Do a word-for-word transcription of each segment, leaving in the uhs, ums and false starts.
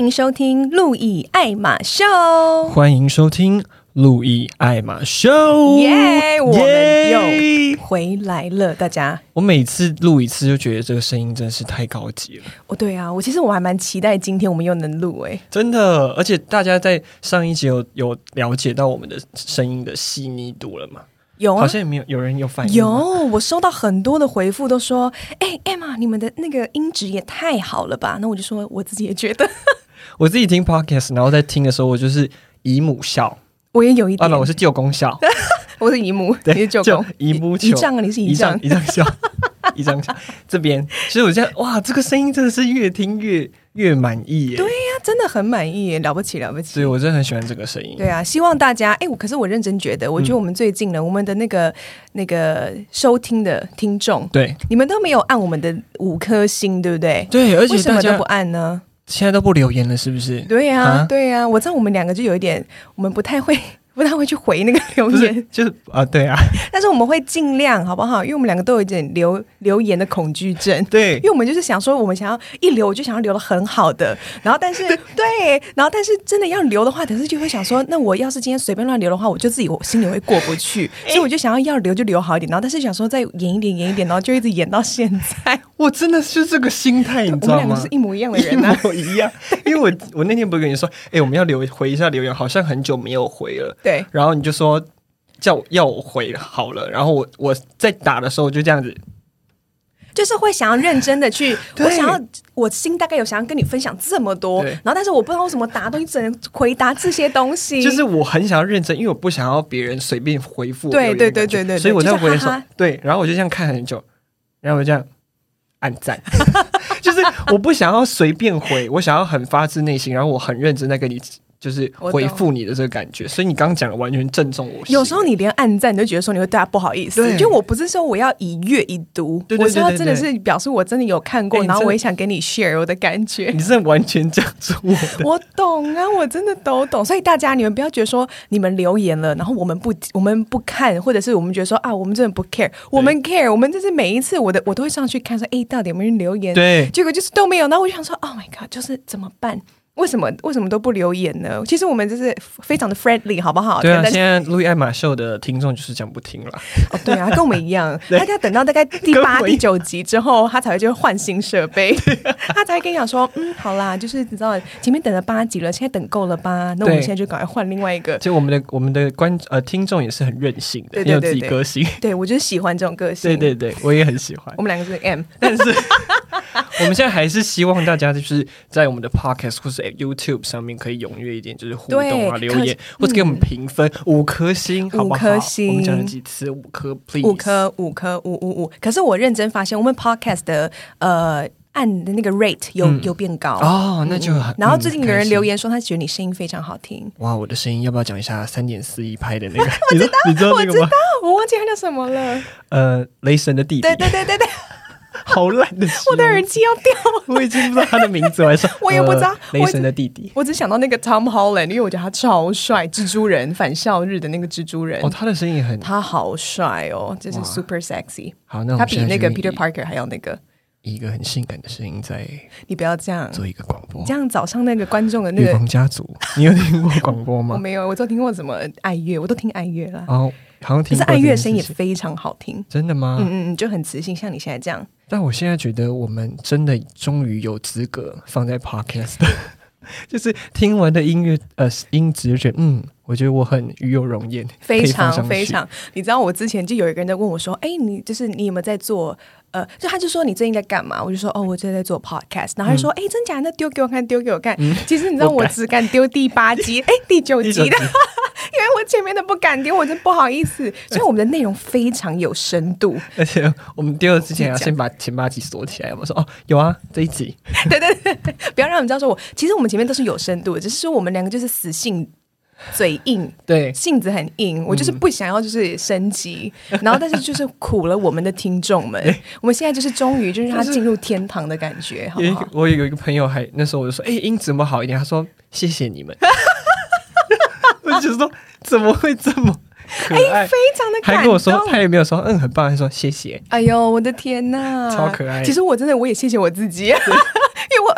迎收听路易爱马秀， 欢迎收听路易爱马秀， 耶、yeah, 我们又回来了，大家。 我每次录一次就觉得这个声音真的是太高级了。 哦，对啊，我其实我还蛮期待今天我们又能录哎， 真的，而且大家在上一集有有了解到我们的声音的细腻度了吗？ 有啊， 好像也没有有人有反应。 有，我收到很多的回复，都说：“哎、欸、，Emma， 你们的那个音质也太好了吧？”那我就说，我自己也觉得。 我自己听 podcast， 然后在听的时候，我就是姨母笑。 我也有一点， 啊，我是舅公笑。 我是姨母，你是舅公， 姨母姨丈啊，你是姨丈， 姨丈笑，姨丈笑。这边，其实我现在哇，这个声音真的是越听越越满意耶。 对呀、啊，真的很满意耶，了不起了不起。 所以我真的很喜欢这个声音。 对啊，希望大家，哎，我可是我认真觉得，我觉得我们最近呢，嗯、我们的那个那个收听的听众， 对， 你们都没有按我们的五颗星，对不对？ 对，而且为什么都不按呢？ 现在都不留言了，是不是？ 对呀、啊，对呀、啊，我知道我们两个就有一点，我们不太会。不太会去回那个留言， 就是啊，对啊， 但是我们会尽量，好不好？因为我们两个都有一点留留言的恐惧症， 对， 因为我们就是想说，我们想要一留，我就想要留的很好的，然后但是对，然后但是真的要留的话，可是就会想说，那我要是今天随便乱留的话，我就自己我心里会过不去，所以我就想要要留就留好一点，然后但是想说再演一点演一点，然后就一直演到现在。 我真的是这个心态，你知道吗？ 我们两个是一模一样的人啊， 一模一样。因为我我那天不是跟你说，哎、欸，我们要留回一下留言，好像很久没有回了。 对， 然后你就说叫我要我回好了，然后我我在打的时候就这样子， 就是会想要认真的去，我想要我心大概有想要跟你分享这么多，然后但是我不知道为什么打东西只能回答这些东西， 就是我很想要认真，因为我不想要别人随便回复我。 对对对对对， 所以我在回的时候， 就是、哈哈对，然后我就这样看很久，然后我就这样按赞，就是我不想要随便回，我想要很发自内心，然后我很认真在跟你。就是回复你的这个感觉，所以你刚刚讲的完全正中我心。 有时候你连按赞你就觉得说你会对他不好意思，就我不是说我要以阅一读， 对对对对对， 我是要真的是表示我真的有看过，欸、然后我也想跟你 share 我的感觉。 你真的完全讲出我的， 我懂啊，我真的都懂。所以大家你们不要觉得说你们留言了，然后我们不我们不看，或者是我们觉得说啊我们真的不 care， 我们 care， 我们就是每一次我的我都会上去看说，哎、欸，到底有没有人留言？ 对， 结果就是都没有，然后我就想说 ，Oh my god， 就是怎么办？为什么为什么都不留言呢？其实我们就是非常的 friendly， 好不好？ 对啊，现在路易爱马秀的听众就是讲不听了。 哦，对啊，跟我们一样，他要等到大概第八、第九集之后，他才会就换新设备，他才会跟你讲说，嗯，好啦，就是你知道前面等了八集了，现在等够了吧？那我们现在就赶快换另外一个。 就我们的我们的观呃听众也是很任性的，也有自己个性。 对，我就是喜欢这种个性。 对对对，我也很喜欢。 我们两个是 M， 但是我们现在还是希望大家就是在我们的 podcast 或是 YouTube 上面可以踊跃一点，就是互动啊、留言，或者给我们评分、嗯、五颗星，好不好？ 五颗星， 我们讲了几次五颗 ，please， 五颗，五颗，五五五。可是我认真发现，我们 podcast 的呃按的那个 rate 有、嗯、有变高哦，那就很。 嗯、然后最近有人留言说，他觉得你声音非常好听。 哇，我的声音要不要讲一下三点四一拍的那个？ 我知道， 你知道那个吗？ 我知道，我忘记他叫什么了。 呃，雷神的弟弟。 对对对对对。 好烂的， 我的耳机要掉了， 我已经不知道他的名字，我还说我也不知道、呃、 雷神的弟弟。 我只想到那个 Tom Holland， 因为我觉得他超帅，蜘蛛人返校日的那个蜘蛛人。 哦，他的声音也很， 他好帅哦，就是 super sexy。 好，那我他比那个 Peter Parker 还要那个。 一个很性感的声音在， 你不要这样做一个广播， 这样早上那个观众的那个女皇家族，你有听过广播吗？ 我没有，我都听过什么爱乐，我都听爱乐啦。 哦，好像听过， 可是爱乐声音也非常好听， 真的吗？ 嗯嗯，就很磁性，像你现在这样。 但我现在觉得我们真的终于有资格放在 podcast， 就是听完的音乐呃音质，就觉得嗯。我觉得我很与有荣焉， 非常非常。你知道我之前就有一个人在问我说：“哎，你就是你有没有在做？呃，就他就说你最近在干嘛？”我就说：“哦，我最近在做 podcast。”然后他就说：“哎、嗯，真假的？那丢给我看，丢给我看。嗯”其实你知道我只敢丢第八集，哎，第九集的，因为我前面的不敢丢，我真不好意思。所以我们的内容非常有深度， 而且我们丢了之前要先把前八集锁起来。我说：“哦，有啊，这一集。” 对对对，不要让他们知道说我其实我们前面都是有深度的，只是说我们两个就是死性。嘴硬， 对， 性子很硬，我就是不想要就是升级，嗯、然后但是就是苦了我们的听众们，我们现在就是终于就是让他进入天堂的感觉，好不好？ 我有一个朋友还那时候我就说，哎、欸，音质么好一点，他说谢谢你们，我就说怎么会这么可爱， 欸、非常的感动， 还跟我说他也没有说嗯很棒，还说谢谢， 哎呦我的天哪， 超可爱。 其实我真的我也谢谢我自己。因为我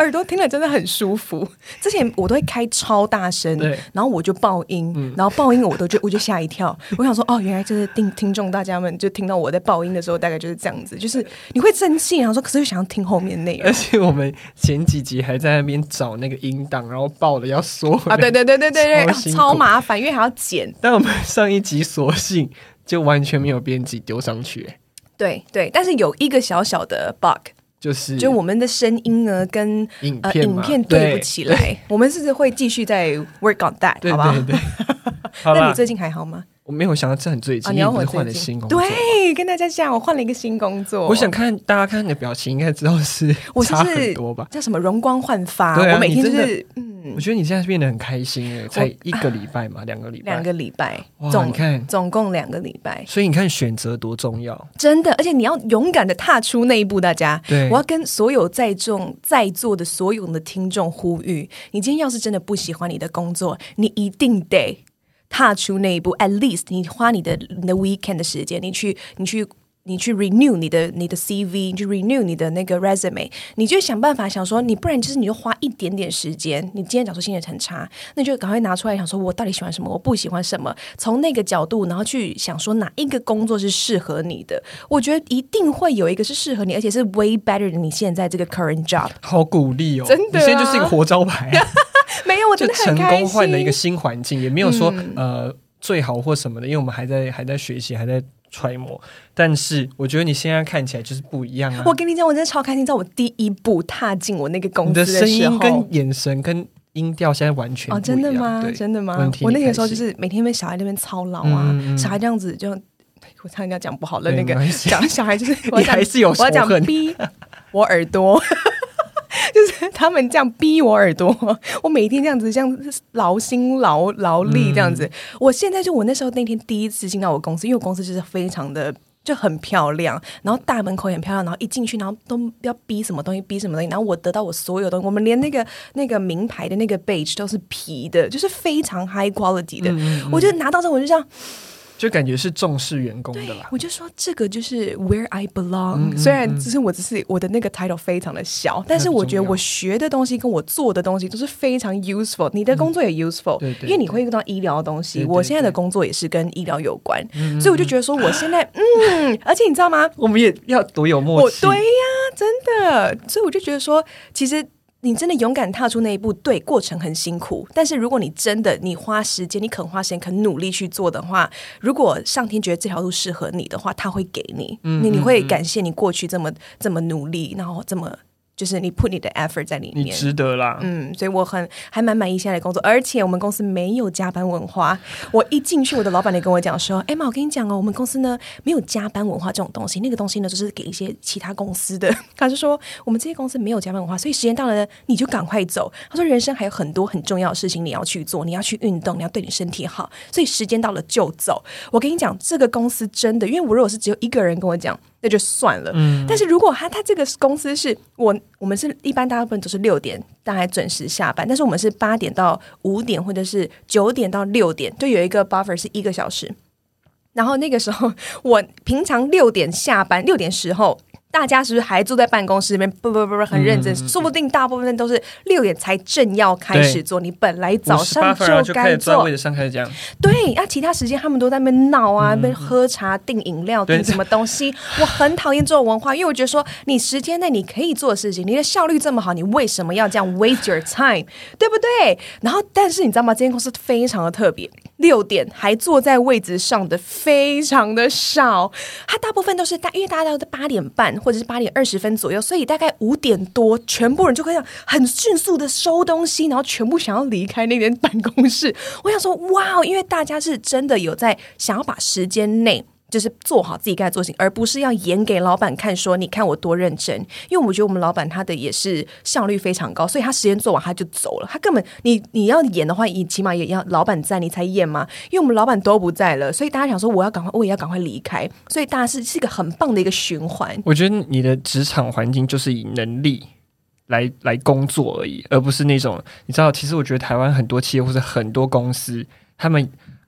耳朵听了真的很舒服。之前我都会开超大声，然后我就爆音、嗯、然后爆音我都就我就吓一跳，我想说哦，原来就是听听众大家们就听到我在爆音的时候大概就是这样子，就是你会生气，然后说可是又想要听后面内容。 而且我们前几集还在那边找那个音档，然后爆了要缩回来啊， 对对对对对对，超, 超麻烦，因为还要剪。 但我们上一集索性就完全没有编辑丢上去、欸、 对对，但是有一个小小的 bug， 就是就我们的声音呢跟影 片,、呃、 影片对不起来，我们是会继续在 work on that， 好不好？对对对那你最近还好吗？ 我没有想到这很最近、啊、因为我换了新工作。 对，跟大家讲我换了一个新工作。 我想看大家看你的表情应该知道是差很多吧， 叫什么容光焕发、 啊、 我每天就是嗯， 我觉得你现在变得很开心耶，才一个礼拜嘛，两个礼拜， 两个礼拜， 总你看总共两个礼拜， 所以你看选择多重要， 真的，而且你要勇敢的踏出那一步。大家， 对， 我要跟所有在众在座的所有的听众呼吁，你今天要是真的不喜欢你的工作，你一定得踏出那一步 ，at least 你花你的你的 weekend 的时间，你去你去你去 renew 你的你的 C V， 你去 renew 你的那个 resume， 你就想办法想说，你不然就是你就花一点点时间，你今天讲说心情很差，那你就赶快拿出来想说，我到底喜欢什么，我不喜欢什么，从那个角度，然后去想说哪一个工作是适合你的。我觉得一定会有一个是适合你，而且是 way better than 你现在这个 current job。 好鼓励哦， 真的、啊， 你现在就是一个活招牌、啊。 没有，我真的很开心， 就成功换了一个新环境，也没有说、嗯、呃最好或什么的，因为我们还在还在学习，还在揣摩。但是我觉得你现在看起来就是不一样啊！ 我跟你讲，我真的超开心，在我第一步踏进我那个公司的时候， 你的声音跟眼神跟音调现在完全不一样。 哦，真的吗？真的吗？我那个时候就是每天被小孩那边操劳啊，嗯、小孩这样子就我差点讲不好了，那个讲小孩就是你还是有仇恨， 我要讲逼我耳朵。就是他们这样逼我耳朵，我每天这样子，这样劳心劳劳力这样子、嗯。我现在就我那时候那天第一次进到我公司，因为我公司就是非常的就很漂亮，然后大门口也很漂亮，然后一进去，然后都要逼什么东西，逼什么东西，然后我得到我所有东西，我们连那个那个名牌的那个 badge 都是皮的，就是非常 high quality 的。嗯嗯、我就拿到这，我就这样。 就感觉是重视员工的啦。 我就说这个就是 where I belong、嗯嗯嗯、虽然只是我只是我的那个 title 非常的小，但是我觉得我学的东西跟我做的东西都是非常 useful。你的工作也 useful、嗯、对对对，因为你会用到医疗的东西，对对对，我现在的工作也是跟医疗有关，嗯嗯嗯，所以我就觉得说我现在嗯，而且你知道吗， 我们也要多有默契。 对呀，真的，所以我就觉得说其实你真的勇敢踏出那一步，对，过程很辛苦，但是如果你真的你花时间，你肯花时间肯努力去做的话，如果上天觉得这条路适合你的话，他会给你，嗯、你你会感谢你过去这么这么努力，然后这么就是你 put 你的 effort 在里面， 你值得啦。 嗯，所以我很还蛮满意现在的工作，而且我们公司没有加班文化。我一进去，我的老板也跟我讲说：“哎妈，我跟你讲哦，我们公司呢没有加班文化这种东西，那个东西呢就是给一些其他公司的。”他就说我们这些公司没有加班文化，所以时间到了呢，你就赶快走。他说人生还有很多很重要的事情你要去做，你要去运动，你要对你身体好，所以时间到了就走。我跟你讲，这个公司真的，因为我如果是只有一个人跟我讲，那就算了。嗯，但是如果他他这个公司是我我们是一般大部分都是六点大概准时下班，但是我们是八点到五点或者是九点到六点，就有一个 buffer 是一个小时。然后那个时候我平常六点下班，六点时候大家是不是还坐在办公室里面不不不很认真、嗯、说不定大部分都是六点才正要开始做，你本来早上就该做， 位置上开始讲， 对啊，其他时间他们都在那边闹啊，那边、嗯、喝茶订饮料订什么东西。我很讨厌这种文化，因为我觉得说你时间内你可以做的事情，你的效率这么好，你为什么要这样 waste your time， 对不对？然后但是你知道吗，这间公司非常的特别，六点还坐在位置上的非常的少，他大部分都是大，因为大家都在八点半或者是八点二十分左右，所以大概五点多，全部人就可以很迅速的收东西，然后全部想要离开那间办公室。我想说，哇，因为大家是真的有在想要把时间内就是做好自己该做的事情，而不是要演给老板看说你看我多认真。因为我觉得我们老板他的也是效率非常高，所以他时间做完他就走了，他根本你你要演的话，你起码也要老板在你才演嘛。因为我们老板都不在了，所以大家想说我要赶快，我也要赶快离开，所以大家是是一个很棒的一个循环。 我觉得你的职场环境就是以能力来来工作而已，而不是那种你知道，其实我觉得台湾很多企业或者很多公司他们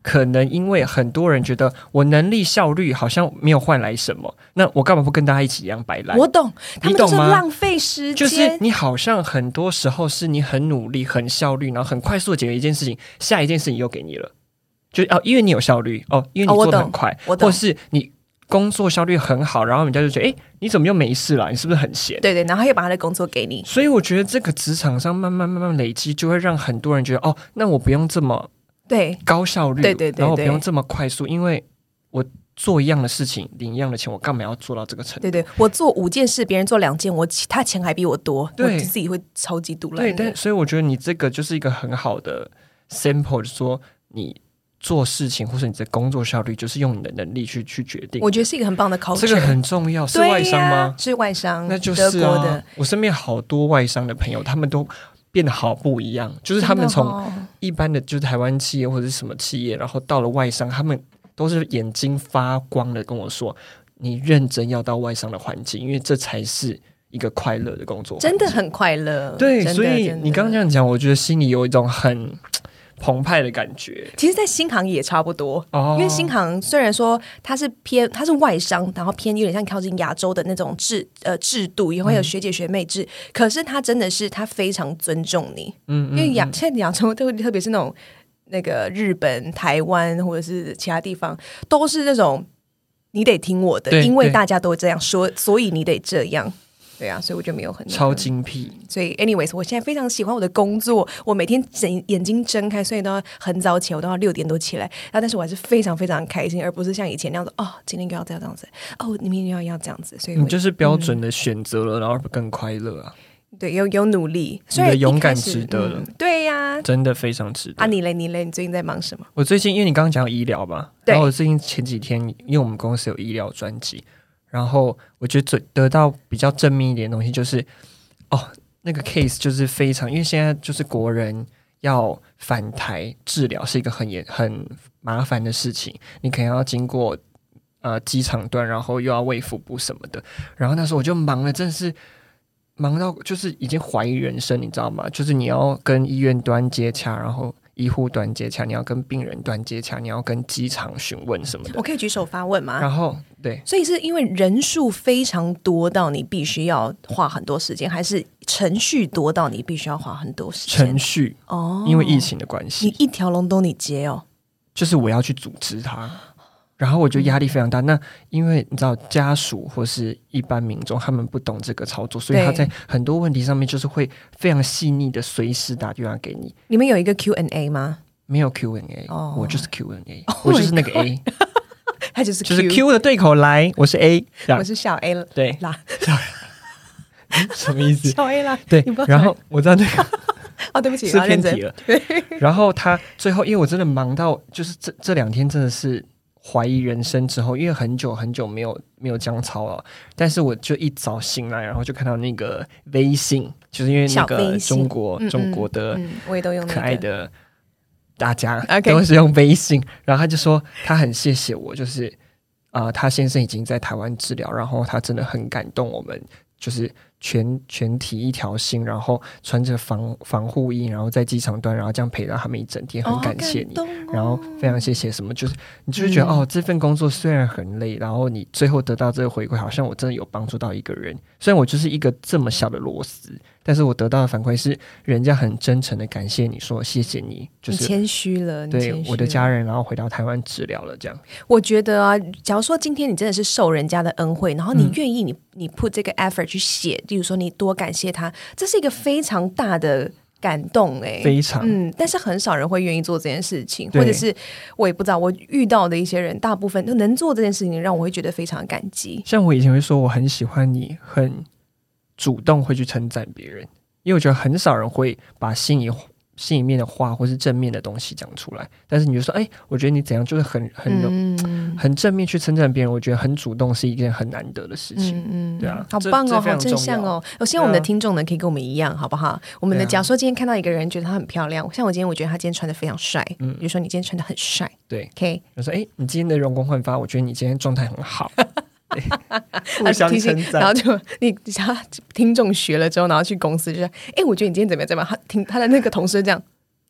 可能因为很多人觉得我能力效率好像没有换来什么，那我干嘛不跟大家一起一样摆烂？ 我懂，他们就是浪费时间。 就是你好像很多时候是你很努力、很效率，然后很快速的解决一件事情，下一件事情又给你了，就哦，因为你有效率哦，因为你做得很快， 哦、 或是你工作效率很好，然后人家就觉得，哎，你怎么又没事了？你是不是很闲？ 对对，然后他又把他的工作给你。 所以我觉得这个职场上慢慢慢慢累积，就会让很多人觉得，哦，那我不用这么。 对， 高效率， 对对 对, 对， 然后不用这么快速，因为我做一样的事情，领一样的钱，我干嘛要做到这个程度？ 对对，我做五件事，别人做两件，我他钱还比我多， 对， 我自己会超级独揽。 对，但所以我觉得你这个就是一个很好的 sample， 就是说你做事情或是你的工作效率，就是用你的能力去去决定。 我觉得是一个很棒的 culture， 这个很重要。是外商吗？ 是外商， 那就是、啊、 德国的。 我身边好多外商的朋友，他们都变得好不一样，就是他们从一般的就是台湾企业或者是什么企业，然后到了外商，他们都是眼睛发光的跟我说，你认真要到外商的环境，因为这才是一个快乐的工作， 真的很快乐。 对，所以你刚刚这样讲，我觉得心里有一种很澎湃的感觉。 其实在新航也差不多、 哦、 因为新航虽然说它是偏它是外商，然后偏有点像靠近亚洲的那种制呃制度，也会有学姐学妹制、嗯、可是它真的是它非常尊重你。嗯，因为亚现在亚洲都特别是那种那个日本台湾或者是其他地方都是那种你得听我的，因为大家都这样说，所以你得这样。对啊，所以我就没有很超精辟。 所以 anyways 我现在非常喜欢我的工作，我每天眼睛睁开，所以都要很早起来，我都要六点多起来，然后但是我还是非常非常开心，而不是像以前那样子，哦今天又要这样子，哦你明天又要这样子。所以你就是标准的选择了、嗯、然后更快乐啊。 对，有有努力， 你的勇敢值得了、嗯、 对呀、啊， 真的非常值得啊。你嘞你嘞你最近在忙什么？ 我最近因为你刚刚讲医疗嘛，然后我最近前几天因为我们公司有医疗专辑，然后我觉得最得到比较正面一点的东西就是哦，那个 case 就是非常，因为现在就是国人要返台治疗是一个很严很麻烦的事情，你可能要经过呃机场段，然后又要卫福部什么的，然后那时候我就忙了，真的是忙到就是已经怀疑人生，你知道吗？就是你要跟医院端接洽，然后医护端接洽，你要跟病人端接洽，你要跟机场询问什么的。 我可以举手发问吗？ 然后对， 所以是因为人数非常多到你必须要花很多时间，还是程序多到你必须要花很多时间？ 程序哦，因为疫情的关系， 你一条龙都你接哦， 就是我要去组织它。然后我觉得压力非常大、嗯、那因为你知道家属或是一般民众他们不懂这个操作，所以他在很多问题上面就是会非常细腻的随时打电话给你。 你们有一个 Q and A 吗？ 没有 Q and A、哦、我就是 Q and A、oh、我就是那个 A 他就是 Q， 就是 Q 的对口来，我是 A， 我是小 A 对啦什么意思？ 小 A 啦， 对，然后我知道那个哦，对不起， 是偏题了。然后他最后因为我真的忙到就是这这两天真的是怀疑人生之后，因为很久很久没有没有姜操了，但是我就一早醒来，然后就看到那个微信，就是因为那个中国中国的可爱的大家都是用微信，然后他就说他很谢谢我，就是啊、呃，他先生已经在台湾治疗，然后他真的很感动我们，就是全全体一条心，然后穿着防防护衣，然后在机场端，然后这样陪到他们一整天，很感谢你、哦哦、然后非常谢谢什么，就是你就会觉得、嗯、哦，这份工作虽然很累，然后你最后得到这个回馈，好像我真的有帮助到一个人，虽然我就是一个这么小的螺丝，但是我得到的反馈是人家很真诚的感谢你，说谢谢你，就是你谦虚了， 对我的家人，然后回到台湾治疗了这样。 我觉得啊，假如说今天你真的是受人家的恩惠，然后你愿意你、嗯、你 put 这个 effort 去写，例如说你多感谢他，这是一个非常大的感动哎、欸， 非常嗯，但是很少人会愿意做这件事情，或者是我也不知道，我遇到的一些人，大部分都能做这件事情，让我会觉得非常感激。 像我以前会说我很喜欢你，很主动会去称赞别人，因为我觉得很少人会把心里心里面的话或是正面的东西讲出来，但是你就说哎、欸，我觉得你怎样，就是很很、嗯、很正面去称赞别人，我觉得很主动是一件很难得的事情。嗯嗯，对啊， 好棒哦，好正向哦。我希望我们的听众呢可以跟我们一样，好不好？我们的假如说今天看到一个人觉得他很漂亮，像我今天我觉得他今天穿得非常帅，嗯，比如说你今天穿得很帅， 对 ，OK， 我说哎、欸，你今天的容光焕发，我觉得你今天状态很好。互相称赞， 然后就你听众学了之后，然后去公司就说：“哎、欸，我觉得你今天怎么样？怎么样？”他听他的那个同事这样，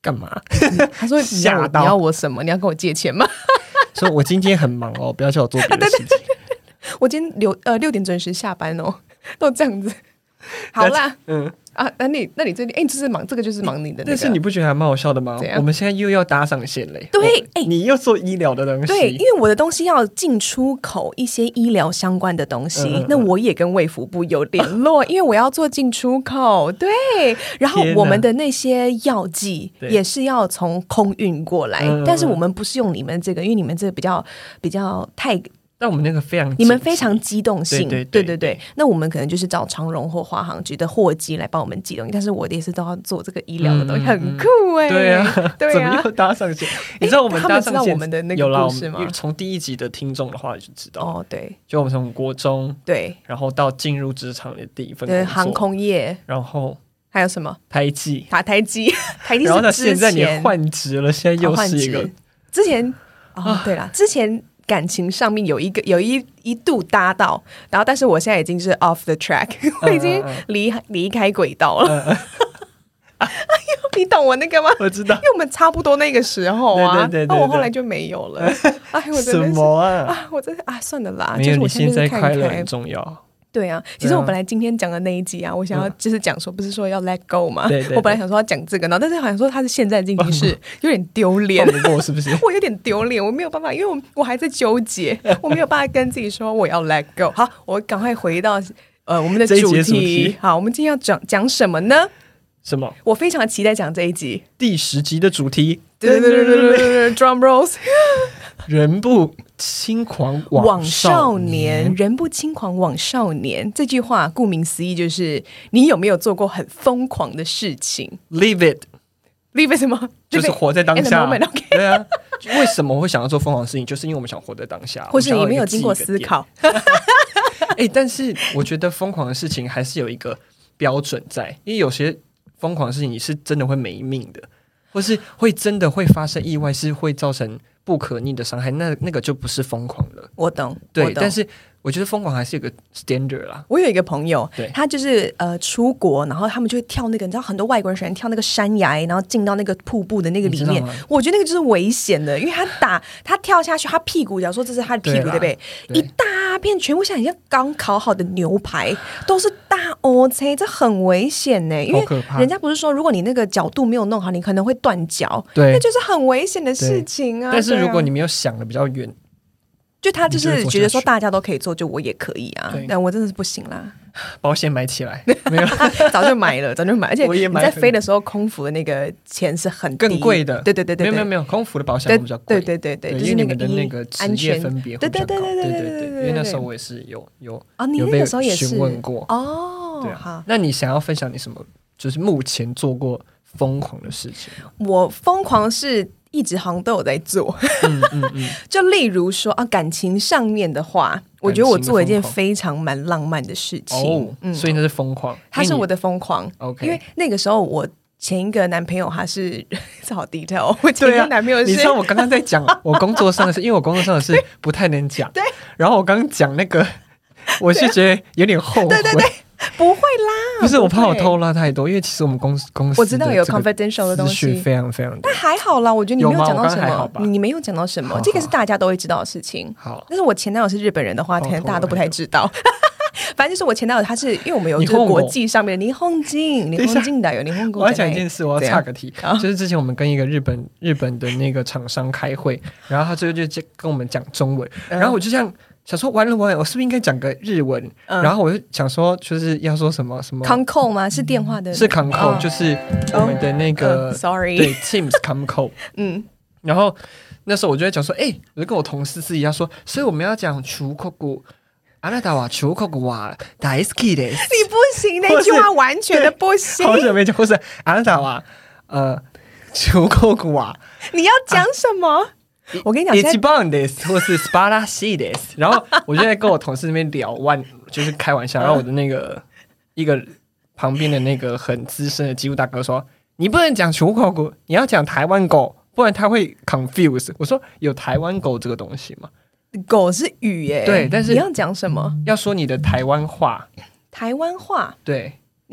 干嘛？ 他说你要你要我什么？你要跟我借钱吗？ 说我今天很忙哦，不要叫我做别的事情。对对对对，我今天六呃六点准时下班哦，都这样子。好啦，嗯。啊，那你那你最近哎，这是忙这个就是忙你的、那個， 但是你不觉得还蛮好笑的吗？我们现在又要搭上线嘞。 对，哎， 你又做医疗的东西， 对，因为我的东西要进出口一些医疗相关的东西，嗯嗯，那我也跟卫福部有联络，因为我要做进出口，对，然后我们的那些药剂也是要从空运过来，但是我们不是用你们这个，因为你们这个比较比较太。 但我们那个非常， 你们非常机动性， 对对对, 对, 对, 对。那我们可能就是找长荣或华航局的货机来帮我们寄东西，但是我也是都要做这个医疗的东西，嗯、很酷哎、欸。 对啊，对啊，怎么又搭上线？你知道我们搭上线， 他们知道我们的那个故事吗？ 从第一集的听众的话就知道哦，对， 就我们从国中对， 然后到进入职场的第一份工作， 航空业， 然后还有什么台积， 打台积，台积是之前， 然后呢，现在你换职了，现在又是一个之前哦，啊、对啦，之前。感情上面有一个有一一度搭到，然后但是我现在已经是 off the track， 我已经离离开轨道了。嗯嗯哎呦，你懂我那个吗？ 我知道， 因为我们差不多那个时候啊， 对对对对对， 那我后来就没有了。哎，我真的是什么啊？ 啊，我真的啊，算了啦， 没有， 就是我现在看看快乐很重要。 对啊，其实我本来今天讲的那一集啊，我想要就是讲说，不是说要 let go 嘛？ 对对对， 我本来想说要讲这个，然后但是好像说他是现在进行式，有点丢脸， 放不过是不是？ 我有点丢脸，我没有办法，因为我我还在纠结，我没有办法跟自己说我要 let go。好，我赶快回到呃我们的主 题, 主题。 好，我们今天要讲讲什么呢？ 什么？ 我非常期待讲这一集第十集的主题。 对对对对对对 ，drum rolls。 人不轻狂枉少年， 人不轻狂枉少年。这句话顾名思义就是你有没有做过很疯狂的事情 ？Live it, live it 什么？ 就是活在当下。 moment, okay. 对啊，为什么会想要做疯狂的事情？就是因为我们想活在当下， 或是你没有经过思考。 哎、欸，但是我觉得疯狂的事情还是有一个标准在，因为有些疯狂的事情你是真的会没命的，或是会真的会发生意外，是会造成不可逆的伤害，那那个就不是疯狂了。 我懂， 对， 我懂， 但是我觉得疯狂还是有个 standard 啦。 我有一个朋友， 对， 他就是呃出国，然后他们就会跳那个，你知道很多外国人喜欢跳那个山崖，然后进到那个瀑布的那个里面。我觉得那个就是危险的，因为他打他跳下去，他屁股，假如说这是他的屁股，对不对？对，一大片全部像你像刚烤好的牛排，都是大 O C， 这很危险呢。因为人家不是说，如果你那个角度没有弄好，你可能会断脚， 对， 那就是很危险的事情啊。 但是如果你没有想的比较远。 就他就是觉得说大家都可以做，就我也可以啊，但我真的是不行啦。 保险买起来没有， 早就买了，早就买，而且你在飞的时候，空服的那个钱是很更贵的。 对对对对， 没有没有没有，空服的保险比较贵。 对对对对， 因为你们的那个职业分别会比较高。对对对对对对，因为那时候我也是有有啊，你那个时候也是询问过哦。 对啊，那你想要分享你什么？就是目前做过疯狂的事情？ 我疯狂是。一直好像都有在做，嗯嗯嗯，就例如说啊，感情上面的话，我觉得我做了一件非常蛮浪漫的事情， 哦嗯、所以那是疯狂， 他是我的疯狂 ，OK， 因为那个时候我前一个男朋友他是这好 detail， 我前一个男朋友是， 啊、你知道我刚刚在讲我工作上的事，因为我工作上的事不太能讲， 对， 然后我刚刚讲那个，我是觉得有点后悔， 对对对。不会啦， 不是我怕我透露太多，因为其实我们公司公司我知道有 confidential 的东西， 非常非常多， 但还好啦，我觉得你没有讲到什么， 你你没有讲到什么， 好好这个是大家都会知道的事情。 好， 但是我前男友是日本人的话，可能大家都不太知道。反正就是我前男友，他是因为我们有这个国际上面的霓虹镜，霓虹镜的有霓虹镜。 我要讲一件事，我要岔个题，就是之前我们跟一个日本日本的那个厂商开会，然后他最后就跟我们讲中文，然后我就这样。想说完了完了，我是不是应该讲个日文？嗯、然后我就想说，就是要说什么什么 Concall 吗？是电话的， 是 Concall，、哦、就是我们的那个、 哦、，Sorry， 对 Teams Concall。嗯，然后那时候我就在讲说，哎、欸，我就跟我同事私底下说，所以我们要讲中国語。あなたは中国語は大好きです。 你不行，那句话完全的不行。 好久没讲，或是あなたは呃中国語は， 你要讲什么？啊我跟你讲， 一番です或是素晴らしいです。然后我就在跟我同事那边聊玩，就是开玩笑。然后我的那个一个旁边的那个很资深的机务大哥说：“你不能讲中国語，你要讲台湾狗，不然他会 confuse。”我说：“有台湾狗这个东西吗？” 狗是语耶， 对，但是你要讲什么？ 要说你的台湾话， 台湾话， 对。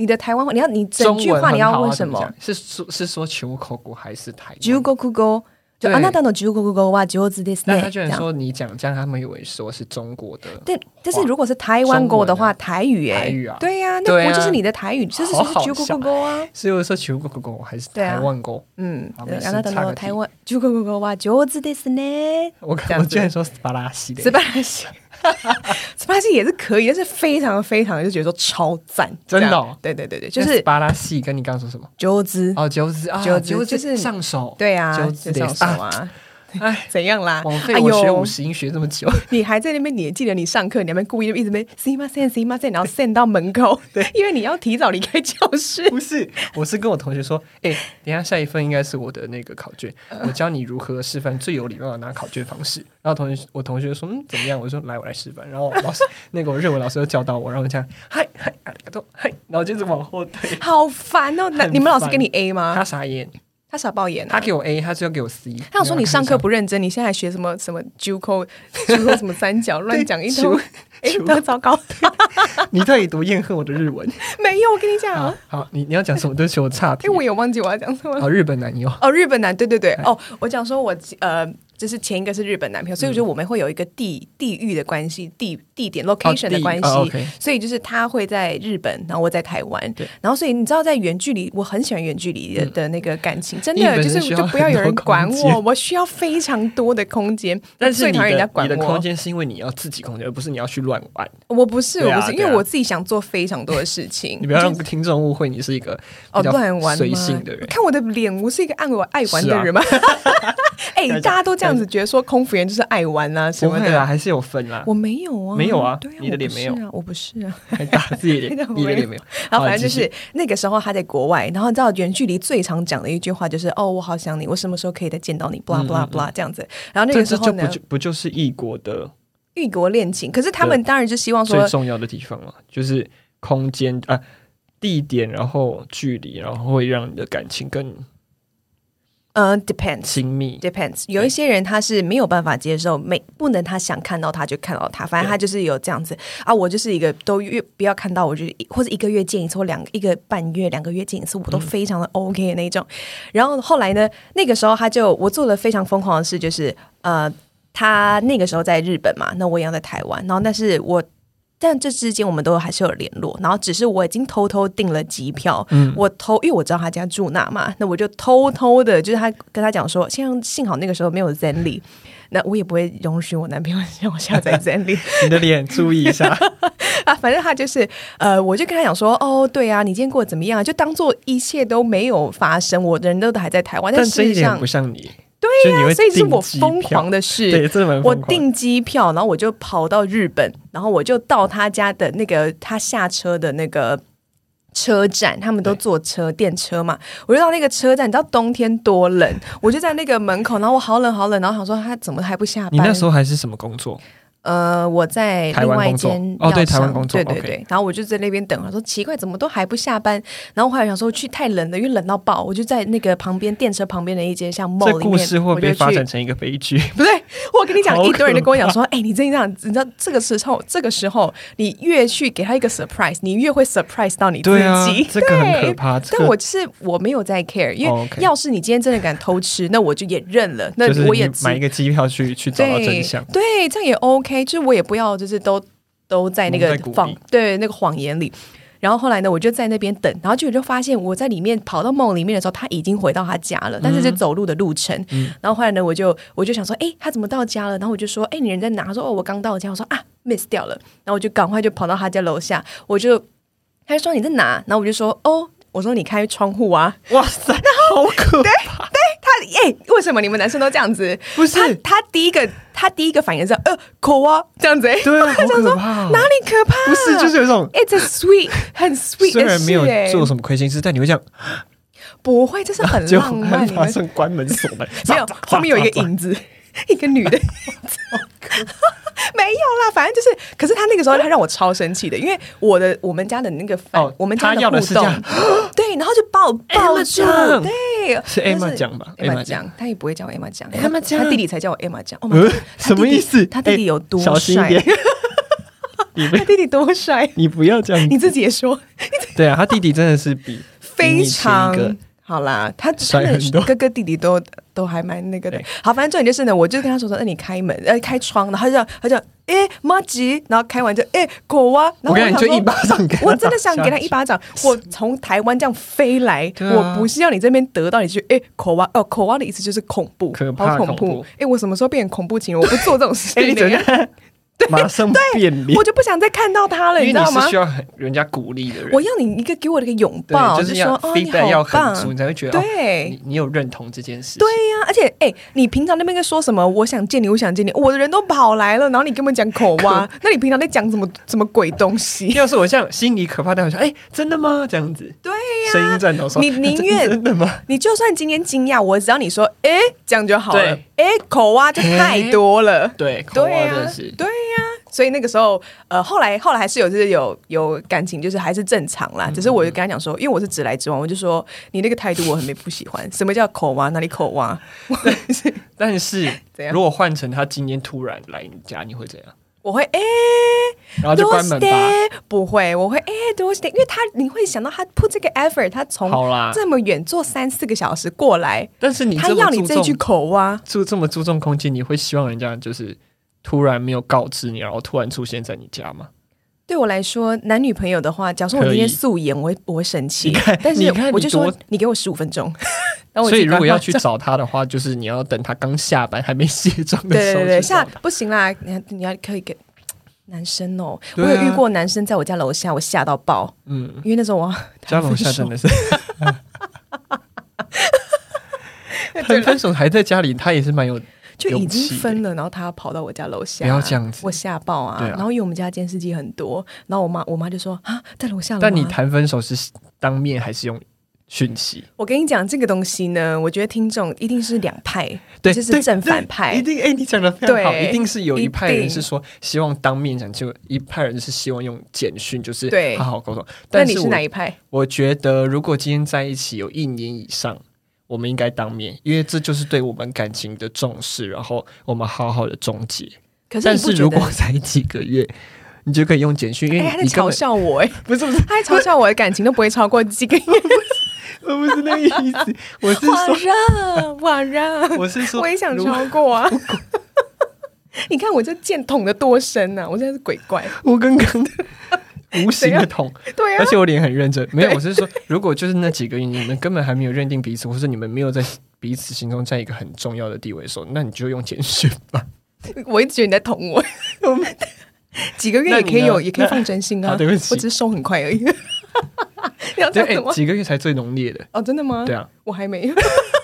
你的台湾话，你要你整句话你要问什么？ 是说是说中国語还是台湾？ 中国語就あなたの中国語は上手ですね。 但他居然说你讲这样，他们以为说是中国的。 对，但是如果是台湾語的话，台语哎、欸， 台语啊， 对呀、啊，那不就是你的台语？这是中国語啊。 所以我说中国語还是台湾語？ 嗯，あなたの台湾中国語は上手ですね。 我我居然说斯巴拉西的， 斯巴拉西。斯巴拉西也是可以，但是非常非常就觉得说超赞， 真的、哦， 对对对对，就是斯巴拉西跟你刚刚说什么？ 九子哦，九子啊， 九子就是上手， 对啊， 九子上手啊。哎，怎样啦？ 枉费我学五十音学这么久， 你还在那边？你也记得你上课，你那边故意一直被 see my sen see my sen， 然后 send 到门口，对，因为你要提早离开教室。 不是，我是跟我同学说，哎、欸，等一下下一份应该是我的那个考卷，我教你如何示范最有礼貌的拿考卷方式。然后同学，我同学说，嗯，怎么样？我说来，我来示范。然后老师，那个我日文老师就教导我，然后我这样，嗨嗨，啊りがとう，嗨，然后就是往后退， 好烦哦！那你们老师给你 A 吗？ 他傻眼。 他傻爆眼、啊， 他给我 A， 他就要给我 C。 他想说你上课不认真，你现在还学什么什么 Juco Juco 什么三角，乱讲一通，哎，多糟糕！ 你到底多厌恨我的日文？ 没有，我跟你讲、啊， 好，你你要讲什么？对不起，我岔题。 因为我也忘记我要讲什么了。 哦，日本男友。 哦，日本男，对对对。哦，我讲说我呃。就是前一个是日本男朋友，所以我觉得我们会有一个地地域的关系，地地点 location 的关系、 哦哦 okay 所以就是他会在日本，然后我在台湾，然后所以你知道在远距离，我很喜欢远距离 的,、嗯、的那个感情，真的就是就不要有人管我，我需要非常多的空间， 但是你的人家管我你的空间是因为你要自己空间，而不是你要去乱玩。 我不是， 啊、 我不是，因为我自己想做非常多的事情。 你不要让听众误会你是一个比较随性的人。 哦、看我的脸，我是一个爱玩爱玩的人吗？哎、欸，大家都这样子觉得说空服员就是爱玩啊什么的， 不会啦，还是有分啦。 我没有啊， 没有啊， 对啊， 你的脸没有， 我不是啊， 还打自己脸，你的脸没有。 然后反正就是那个时候他在国外，然后你知道远距离最常讲的一句话就是哦，我好想你，我什么时候可以再见到你 ，blah blah blah 这样子。然后那个时候呢， 这就不不就是异国的异国恋情？可是他们当然就希望说最重要的地方嘛，就是空间啊、地点，然后距离，然后会让你的感情更。 呃、uh, ，depends， 亲密 ，depends。有一些人他是没有办法接受，没不能他想看到他就看到他，反正他就是有这样子啊。我就是一个都越不要看到，我就或者一个月见一次，或两一个半月、两个月见一次，我都非常的 OK 的那种。嗯、然后后来呢，那个时候他就我做了非常疯狂的事，就是呃，他那个时候在日本嘛，那我一样在台湾，然后但是我。但这之间我们都还是有联络，然后只是我已经偷偷订了机票，嗯、我偷因为我知道他家住那嘛，那我就偷偷的，就是他跟他讲说，幸幸好那个时候没有 Zenly， 那我也不会容许我男朋友让我下载 Zenly。 你的脸注意一下啊，反正他就是呃，我就跟他讲说，哦，对啊，你今天过得怎么样？就当做一切都没有发生，我的人都还在台湾，但这一点不像你。 对呀、啊，所以是我疯狂的事。 对，真的蛮疯狂。 我订机票，然后我就跑到日本，然后我就到他家的那个他下车的那个车站，他们都坐车电车嘛，我就到那个车站，你知道冬天多冷，我就在那个门口，然后我好冷好冷，然后想说他怎么还不下班？ 你那时候还是什么工作？ 呃，我在另外一间哦，对，台湾工作， 对对对。Okay. 然后我就在那边等，我说奇怪，怎么都还不下班？然后后来想说去太冷了，因为冷到爆，我就在那个旁边电车旁边的一间像 mall 里面， 这故事会被发展成一个悲剧。 不对，我跟你讲，一堆人都跟我讲说，哎、欸，你真这样，你知道这个时候，这个时候你越去给他一个 surprise， 你越会 surprise 到你自己。对啊，这个很可怕。 但我就是我没有在 care， 因为要是你今天真的敢偷吃，那我就也认了，那我也、 就是、买一个机票去去找到真相。 对，对，这样也 OK， 就是我也不要。就是都都在那个谎对那个谎言里，然后后来呢，我就在那边等，然后就就发现我在里面跑到梦里面的时候，他已经回到他家了，但是是走路的路程。嗯、然后后来呢，我就我就想说，哎、欸，他怎么到家了？然后我就说，哎、欸，你人在哪？他说，哦，我刚到家。我说啊 ，miss 掉了。然后我就赶快就跑到他家楼下，我就他就说你在哪？然后我就说，哦，我说你开窗户啊！ 哇塞，好可怕！ 对，对他哎、欸，为什么你们男生都这样子？ 不是他，他第一个。他第一个反应是呃口啊这样子、欸， 对啊，好可怕、 哦，哪里可怕？ 不是，就是有一种 it's a sweet 很 sweet 的事、欸， 虽然没有做什么亏心事，但你会这样， 不会，这是很浪漫。 马上关门锁门， 没有，后面有一个影子，一个女的影子。没有啦，反正就是，可是他那个时候他让我超生气的，因为我的我们家的那个饭，哦、我们家的互动，对，然后就把我抱住，对， 是 Emma 讲吧 ？Emma 讲，他也不会叫我 Emma 讲 ，Emma 讲， 他弟弟才叫我 Emma 讲。 哦、什么意思？ 他弟弟有多帅？ 你他弟弟多帅， 你不要这样， 你自己也说。 对啊，他弟弟真的是比非常好啦，他他的哥哥弟弟都都还蛮那个的。好，反正重点就是呢，我就跟他说说，那你开门，呃，开窗，然后他就他就哎妈吉，然后开完就哎口啊，然后我跟你就一巴掌给他， 我真的想给他一巴掌。我从台湾这样飞来，啊、我不是要你这边得到，你去哎口啊哦口啊的意思就是恐怖， 可怕恐怖。哎，我什么时候变成恐怖情人？我不做这种事情。 欸马上变脸， 我就不想再看到他了， 你知道吗？ 因为你是需要人家鼓励的人， 我要你一个给我的一个拥抱， 就是要 feedback 要很足，你才会觉得对、哦你，你有认同这件事情。 对呀、啊，而且哎、欸，你平常那边在说什么？我想见你，我想见你，我的人都跑来了，然后你跟我们讲口蛙，那你平常在讲什么什么鬼东西？ 要是我像心里可怕，但我说哎，真的吗？这样子， 对呀、啊， 声音颤抖说， 你宁愿真的吗？ 你就算今天惊讶，我只要你说哎，这样就好了。哎，口蛙就太多了， 对，口蛙真的是， 对呀、啊。所以那个时候，呃，后来后来还是有就是有有感情，就是还是正常啦。嗯、只是我就跟他讲说，因为我是直来直往，我就说你那个态度我很没不喜欢。什么叫口蛙？哪里口蛙？ 但是如果换成他今天突然来你家，你会怎样？ 我会哎， 欸、然后就关门吧？ 不会，我会哎，多谢，因为他你会想到他 put 这个 effort， 他从这么远坐三四个小时过来， 但是你他要你这句口蛙， 住这么注重空间，你会希望人家就是突然没有告知你，然后突然出现在你家吗？ 对我来说，男女朋友的话，假如说我今天素颜，我会我会生气，但是我就说你给我十五分钟。 所以如果要去找他的话，就是你要等他刚下班还没卸妆的时候。 对对对，下不行啦，你你要可以给男生哦。啊、我有遇过男生在我家楼下，我吓到爆。嗯，因为那时候我家楼下真的是谈分手还在家里，他也是蛮有。 就已经分了，然后他跑到我家楼下， 不要这样子， 我吓爆啊！啊然后因为我们家监视器很多，然后我妈我妈就说啊，在楼下了吗。 但你谈分手是当面还是用讯息？ 我跟你讲这个东西呢，我觉得听众一定是两派，对，就是正反派， 一定哎、欸，你讲的非常好，一定是有一派人是说希望当面讲，就一派人是希望用简讯，就是好好沟通。 那你是哪一派？ 我觉得如果今天在一起有一年以上。我们应该当面，因为这就是对我们感情的重视，然后我们好好的终结。 可是但是如果才几个月，你就可以用简讯，因为你嘲笑我哎、欸， 不是不是， 他还嘲笑我的感情都不会超过几个月。 我不是那个意思，我是说晚上晚上， 我是说我也想超过啊。你看我这箭捅的多深啊！我真的是鬼怪。 我刚刚的。无形的痛， 对啊， 而且我脸很认真。没有，我是说，如果就是那几个月，你们根本还没有认定彼此，或是你们没有在彼此心中在一个很重要的地位的时候，那你就用简讯吧。 我一直觉得你在捅我。几个月也可以有，也可以放真心啊。 对不起， 我只是收很快而已。 要这样吗？几个月才最浓烈的哦，真的吗？ 对啊， 我还没有。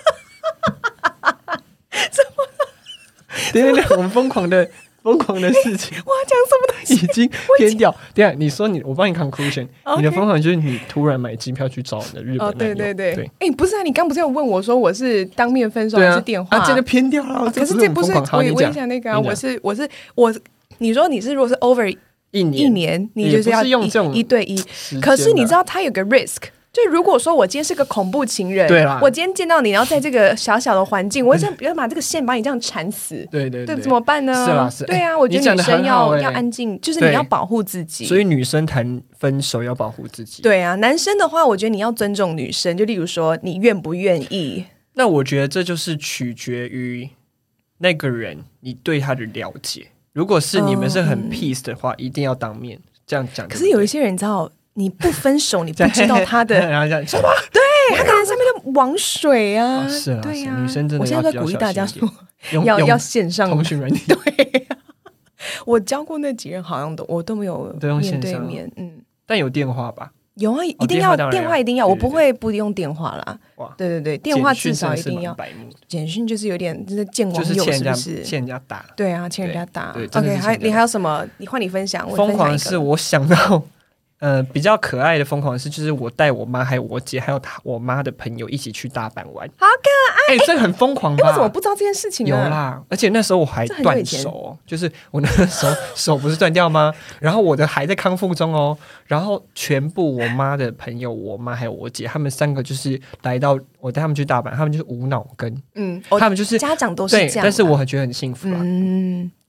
怎么了？对对对，我们疯狂的。疯狂的事情， 我要讲什么东西？ 已经偏掉。等一下你说你，我帮你 conclusion。你的疯狂就是你突然买机票去找你的日本男友。哦， 对对对。哎、欸，不是啊，你刚不是有问我说我是当面分手还是电话？ 啊，真的偏掉了。 啊、可是这不是我我也想那个啊，我是我是我，你说你是如果是 over 一年一年，你就是要用这种一对一。可是你知道它有个 risk。就如果说我今天是个恐怖情人， 对啦， 我今天见到你，然后在这个小小的环境，我想要把这个线把你这样缠死， 对对对, 对，怎么办呢？ 是啦是， 对啊，我觉得女生要、 欸、 要安静，就是你要保护自己。 所以女生谈分手要保护自己。 对啊，男生的话，我觉得你要尊重女生，就例如说你愿不愿意。 那我觉得这就是取决于那个人你对他的了解。如果是你们是很 peace 的话，嗯、一定要当面这样讲。 可是有一些人你知道。你不分手，你不知道他的， 然后这样什么？ 对，他可能上面的网水啊， 哦、是啊， 对呀、啊， 女生真的要， 我现在在鼓励大家说， 要要要线上通讯软体。 对、啊，我教过那几人，好像都我都没有面对面，嗯， 但有电话吧？ 有啊，一定要、哦、电话一定要，我不会不用电话啦。对对对，电话至少一定要。简讯就是有点就是见网友，是不是？ 欠人家打。 对啊，欠人家打。 对 ，OK， 还你还有什么？你换你分享。 疯狂的是我想到。呃，比较可爱的疯狂的是，就是我带我妈还有我姐还有她我妈的朋友一起去大阪玩， 好可爱！ 哎、欸，这很疯狂吧？ 我怎么不知道这件事情呢？ 有啦，而且那时候我还断手、哦，就是我那时候手不是断掉吗？然后我的还在康复中哦。然后全部我妈的朋友，我妈还有我姐，他们三个就是来到我带他们去大阪，他们就是无脑跟， 嗯， 他们就是家长都是这样， 但是我很觉得很幸福啊。 嗯。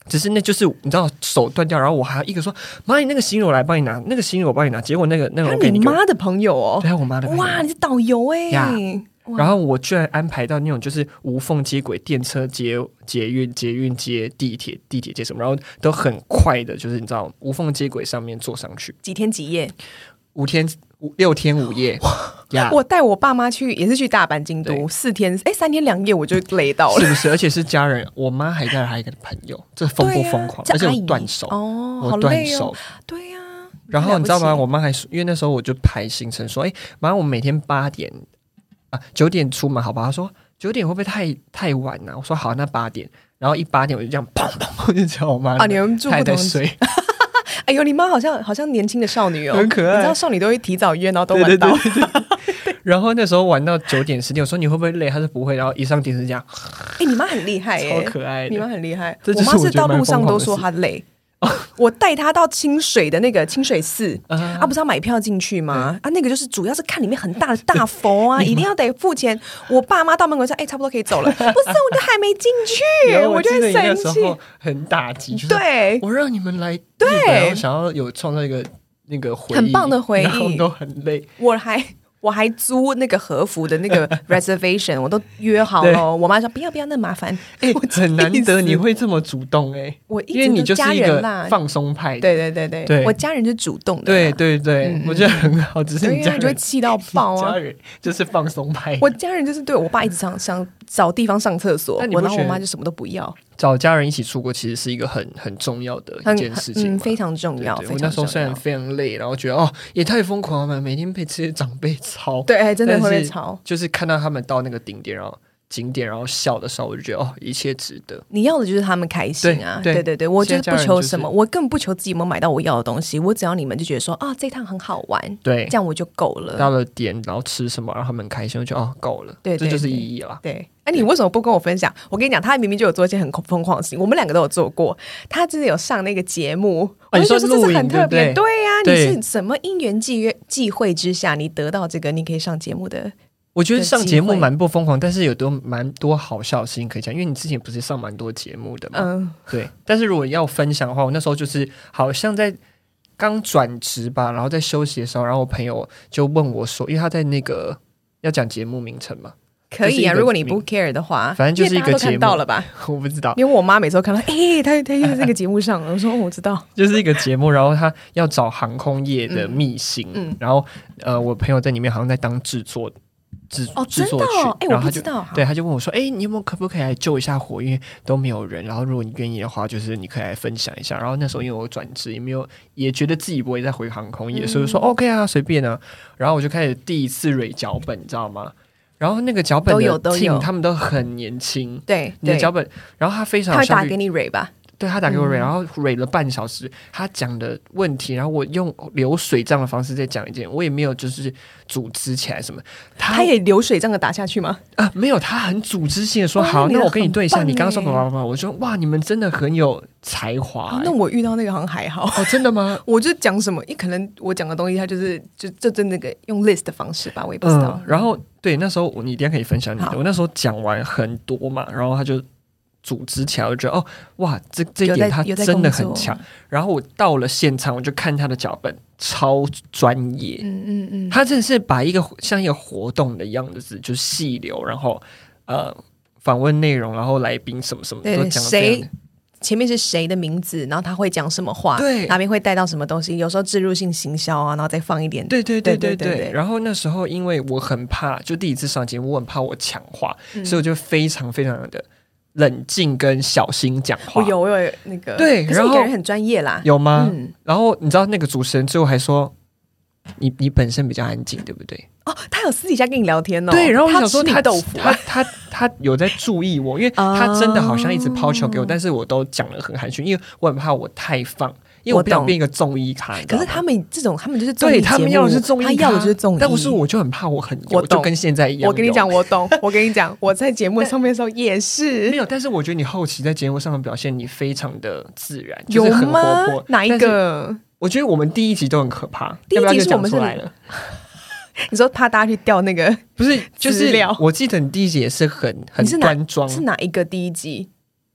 只是那就是你知道手断掉，然后我还要一个说妈，你那个行李我来帮你拿，那个行李我帮你拿，结果那个那个我给你妈的朋友哦， 对，我妈的朋友， 哇，你是导游哎、欸。 然后我居然安排到那种就是无缝接轨，电车接捷运，捷运接地铁，地铁接什么，然后都很快的，就是你知道无缝接轨上面坐上去。 几天几夜？ 五天五六天五夜。Yeah. 我带我爸妈去，也是去大阪、京都，四天，哎，三天两夜我就累到了， 是不是？而且是家人，我妈还带了还有一个朋友，这疯不疯狂？啊、而且我断手哦， 我断手， 哦、对呀、啊。 然后你知道吗？我妈还因为那时候我就排行程说，哎，妈，我每天八点。啊，九点出门好吧？他说九点会不会太太晚呢、啊？我说好，那八点。然后一八点我就这样砰砰，我就叫我妈啊， 你们住不同睡。 哎呦，你妈好像好像年轻的少女哦， 很可爱。 你知道少女都会提早约，然后都晚到。 对对对对对然后那时候玩到九点十点，我说你会不会累？她说不会。然后一上电视这样， 哎，你妈很厉害耶、 欸，超可爱的。 你妈很厉害， 我妈是到路上都说她累。我带他到清水的那个清水寺、uh, 啊，不是要买票进去吗？啊，那个就是主要是看里面很大的大佛啊，一定要得付钱。我爸妈到门口说：“哎、欸，差不多可以走了。”不是，我就还没进去，我就会生气。 很打击，就是、 对， 我让你们来， 对， 我想要有创造一个那个回忆， 很棒的回忆， 然后都很累， 我还。我还租那个和服的那个 reservation 我都约好了，我妈说不要不要那麻烦、 欸、很难得你会这么主动哎、欸， 我因为你就是一个放松派， 对对对 对, 对我家人就主动的， 对对对、嗯，我觉得很好，只是你家人就会气到爆啊， 家人就是放松派， 我家人就是对我爸一直想想找地方上厕所，我然后我妈就什么都不要。 找家人一起出国其实是一个很很重要的一件事情、 嗯，非常重要。 对对我那时候虽然非常累，然后觉得哦也太疯狂了，每天被这些长辈吵， 对，真的会被吵。 就是看到他们到那个顶点，然后景点，然后笑的时候，我就觉得哦，一切值得。 你要的就是他们开心啊，对对 对, 对，我就是不求什么，就是、我根本不求自己有没有买到我要的东西，我只要你们就觉得说啊，这趟很好玩， 对， 这样我就够了。 到了点，然后吃什么，让他们开心，我就哦够了， 对， 这就是意义了。 对。哎、啊，你为什么不跟我分享？我跟你讲，他明明就有做一些很疯狂的事情，我们两个都有做过。他真的有上那个节目， 哦、 我就说这是很特别。 对对呀、啊，你是什么因缘际际会之下，你得到这个，你可以上节目的？ 我觉得上节目蛮不疯狂，但是有多蛮多好笑的事情可以讲。因为你之前不是上蛮多节目的嘛，嗯，对。但是如果要分享的话，我那时候就是好像在刚转职吧，然后在休息的时候，然后我朋友就问我说，因为他在那个要讲节目名称嘛。 可以啊，如果你不 care 的话， 反正就是一个节目， 看到了吧？ 我不知道， 因为我妈每次都看到，哎、欸，他他又在这个节目上了，我说、哦、我知道， 就是一个节目，然后他要找航空业的秘辛，嗯嗯、然后呃，我朋友在里面好像在当制作制哦， 制作群， 哎、欸，我不知道， 对，他就问我说，哎、欸，你有没有可不可以来救一下火？因为都没有人，然后如果你愿意的话，就是你可以来分享一下。然后那时候因为我转职，也没有也觉得自己不会再回航空业，嗯、所以说 OK 啊，随便啊。然后我就开始第一次蕊脚本，你知道吗？然后那个脚本的 team 他们都很年轻， 对， 你的脚本，然后他非常他会打给你 rate 吧？ 对，他打给我 rate、嗯、然后 rate 了半小时，他讲的问题，然后我用流水账的方式再讲一件，我也没有就是组织起来什么， 他, 他也流水账的打下去吗？ 啊，没有，他很组织性的说，好，那我跟你对一下，你刚刚说什么？我说哇，你们真的很有才华、欸哦。那我遇到那个好像还好哦，真的吗？ 我就讲什么，因为可能我讲的东西，他就是就就就那个用 list 的方式吧，我也不知道。 嗯、然后对，那时候我你一定可以分享你的，我那时候讲完很多嘛，然后他就组织起来，我就觉得哦，哇，这这一点他真的很强。然后我到了现场，我就看他的脚本，超专业。嗯嗯嗯，他真的是把一个像一个活动的样子，就是细流，然后呃访问内容，然后来宾什么什么都讲得非常。 前面是谁的名字，然后他会讲什么话， 对， 哪边会带到什么东西，有时候置入性行销啊，然后再放一点， 对对对对 对, 对, 对, 对。然后那时候因为我很怕，就第一次上节目，我很怕我抢话、嗯，所以我就非常非常的冷静跟小心讲话。 我有我有那个对， 可是你个人很专业啦， 有吗？嗯、然后你知道那个主持人最后还说，你你本身比较安静，对不对？ 哦，他有私底下跟你聊天哦。 对，然后我想说他豆腐、 啊，他他 他, 他有在注意我，因为他真的好像一直抛球给我，哦、但是我都讲得很含蓄，因为我很怕我太放，因为我不想变一个综艺咖。 可是他们这种，他们就是综艺节目， 对他们要的是综艺， 他要的就是综艺。 但不是，我就很怕我很油，就跟现在一样。 我跟你讲，我懂。我跟你讲，我在节目上面的时候也是没有，但是我觉得你后期在节目上的表现，你非常的自然，就是很活泼。 哪一个？ 我觉得我们第一集都很可怕，第一集是我们是来了。 你说怕大家去调那个不是就是我记得你第一集也是很很端庄， 是哪一个第一集？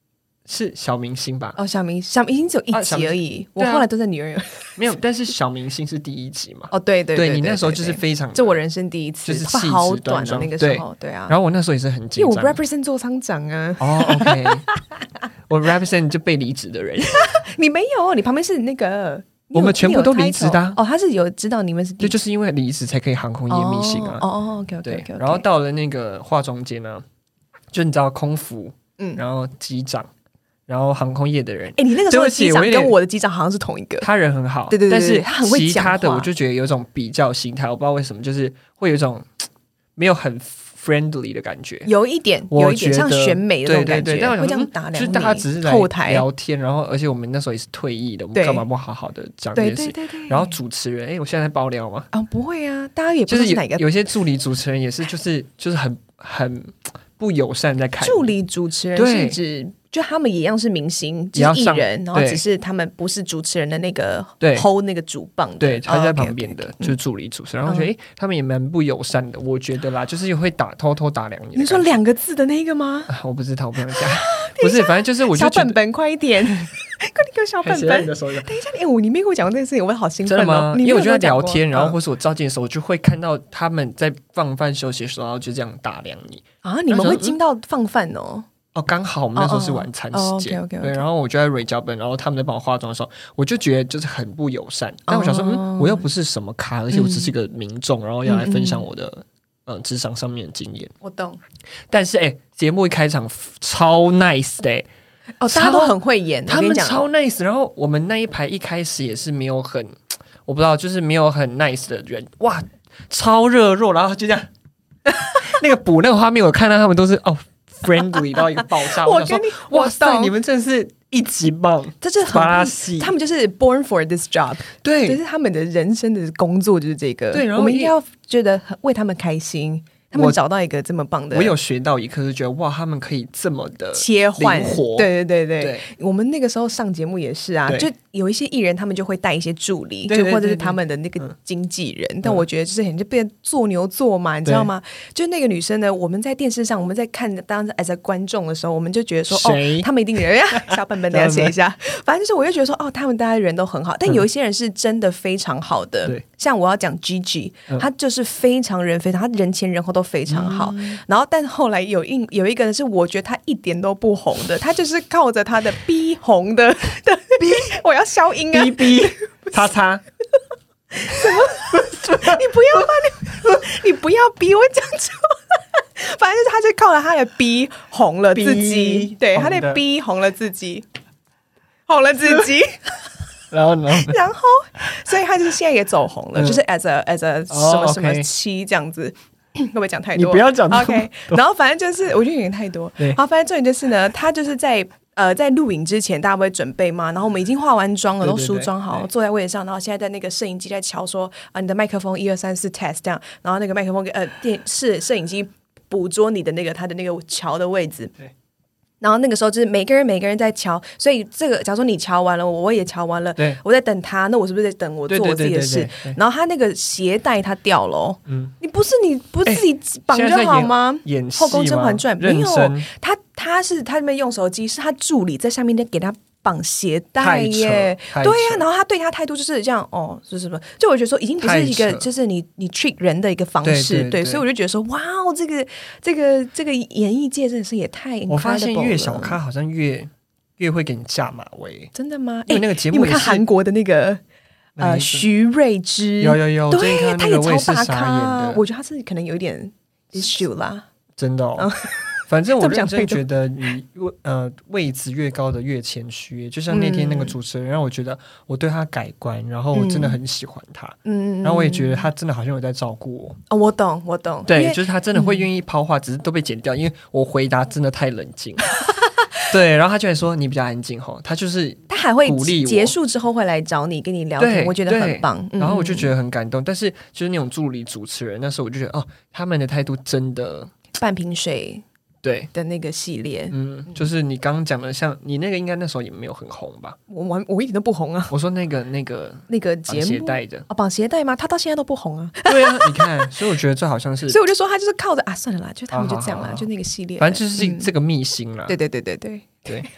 是小明星吧？ 哦，小明小明星只有一集而已，啊、我后来都在女人有没有，但是小明星是第一集嘛？ 哦，对对 对, 对, 对, 对， 你那时候就是非常， 这我人生第一次， 就是气好质端庄短的那个时候，对, 对啊。 然后我那时候也是很紧张， 因为我 represent 座舱长啊。 哦 ，OK， 我 represent 就被离职的人。 你没有，你旁边是那个。 我们全部都离职的、啊、 哦，他是有知道你们是对，就是因为离职才可以航空业秘辛啊。 哦哦 ，OK OK OK。 然后到了那个化妆间呢、啊，就你知道空服，嗯，然后机长，然后航空业的人。 哎、欸，你那个时候的机长跟我的机长好像是同一个， 他人很好， 对对 对, 对， 但是他很会讲话。 其他的我就觉得有一种比较心态，我不知道为什么，就是会有一种没有很。friendly 的感觉， 有一点，有一点像选美的那种感觉， 对对对， 会这样打量你， 就是大家只是来后台聊天，然后而且我们那时候也是退役的，我们干嘛不好好的讲这件事？ 对对对。 然后主持人，哎，我现在在爆料吗？ 啊、哦，不会啊，大家也不知道是哪个。 有些助理主持人也是，就是就是很很不友善在看。 助理主持人是指。就他们一样是明星，就是艺人，然后只是他们不是主持人的那个 hold 那个主棒的， 对，他在旁边的、oh, okay, okay, 就是助理主持人。然后我觉得，哎、嗯，他们也蛮不友善的，我觉得啦，就是会打偷偷打量你。 你说两个字的那个吗？ 啊、我不知道，我不想讲。不是，反正就是我就小本本，快一点，快点给我小本本。等一下，哎、欸，我你没跟我讲过这件事情，我会好兴奋、哦、 真的吗？因为我就在聊天，然后或是是我照镜的时候，我就会看到他们在放饭休息的时候，然后就这样打量你啊！你们会进到放饭哦？ 哦，刚好我们那时候是晚餐时间， oh, okay, okay, okay. 对，然后我就在蕊脚本，然后他们在帮我化妆的时候，我就觉得就是很不友善。但我想说， oh. 嗯，我又不是什么咖，而且我只是个民众、嗯，然后要来分享我的呃职场上面的经验。 我懂。 但是哎，节目一开场超 nice 的、欸， 哦，大家都很会演， 他们超 nice。然后我们那一排一开始也是没有很，我不知道，就是没有很 nice 的人，哇，超热络，然后就这样，那个补那个画面，我看到他们都是哦。friendly 到一个爆炸，我跟你哇塞，你们真的是一级棒， 这是很他们就是 born for this job， 对，就是他们的人生的工作就是这个，对，然后我们应该要觉得为他们开心。他们找到一个这么棒的， 我有学到一课，就觉得哇，他们可以这么的切换， 活， 对对对 对, 对。我们那个时候上节目也是啊，就有一些艺人，他们就会带一些助理，就或者是他们的那个经纪人。嗯、但我觉得就是很就变做牛做马，你知道吗？就那个女生呢，我们在电视上，我们在看当时 as 观众的时候，我们就觉得说，哦，他们一定人小本本等一下写一下。反正就是，我就觉得说，哦，他们大家人都很好，但有一些人是真的非常好的。嗯、像我要讲 Gigi， 他就是非常人非常，他人前人后都非常好。嗯然后，但后来有一有一个人是我觉得他一点都不红的，他就是靠着他的 B 红的的 B， 我要消音啊 ，B B 叉叉， 什么？你不要把你你不要逼我讲出来，反正就是他就靠着他的 B 红了自己，对，他的 B 红了自己，红了自己。 然后呢？ 然后，所以他就是现在也走红了，嗯、就是 as a as a 什么什么七这样子。会不会讲太多？ 你不要讲太多。 OK， 然后反正就是，我觉得有点太多。好，反正重点就是呢，他就是在呃在录影之前，大家不会准备嘛，然后我们已经化完妆了，都梳妆好，坐在位置上，然后现在在那个摄影机在瞧说啊，你的麦克风一二三四 test 这样，然后那个麦克风呃电视摄影机捕捉你的那个他的那个瞧的位置。对。然后那个时候就是每个人每个人在瞧，所以这个假如说你瞧完了，我也瞧完了，我在等他，那我是不是在等我做我自己的事？然后他那个鞋带他掉了、哦嗯，你不是你不是自己绑就好吗？ 欸、演, 演后宫甄嬛传没有，他他是他那边用手机，是他助理在下面给他绑鞋带耶，对呀、啊，然后他对他态度就是这样，哦，是什么？就我觉得说已经不是一个就是你你 treat 人的一个方式， 对, 对, 对, 对，所以我就觉得说，哇哦，这个这个这个演艺界真的是也太 incredible 了。 我发现越小咖好像越越会给你下马威， 真的吗？ 因为那个节目你有看韩国的那个呃徐睿知， 有有有， 对，他也超大咖， 我觉得他是可能有一点 issue 啦， 真的、哦。嗯反正我认真觉得你呃位置越高的越谦虚，就像那天那个主持人让我觉得我对他改观，然后我真的很喜欢他，嗯，然后我也觉得他真的好像有在照顾我。 哦，我懂，我懂， 对，就是他真的会愿意抛话、嗯，只是都被剪掉，因为我回答真的太冷静。对，然后他就会说你比较安静吼，他就是他还会鼓励我，结束之后会来找你跟你聊天，我觉得很棒。 然后我就觉得很感动，但是就是那种助理主持人，那时候我就觉得哦，他们的态度真的半瓶水。 对的那个系列， 嗯，就是你刚刚讲的，像你那个应该那时候也没有很红吧？ 我我我一点都不红啊！ 我说那个那个那个节目绑鞋带的哦，绑鞋带吗？他到现在都不红啊！ 对啊，你看，所以我觉得这好像是， 所以我就说他就是靠着啊，算了啦，就他们就这样啦，啊、好好好就那个系列， 反正就是这个秘辛啦、 嗯。对对对对对对。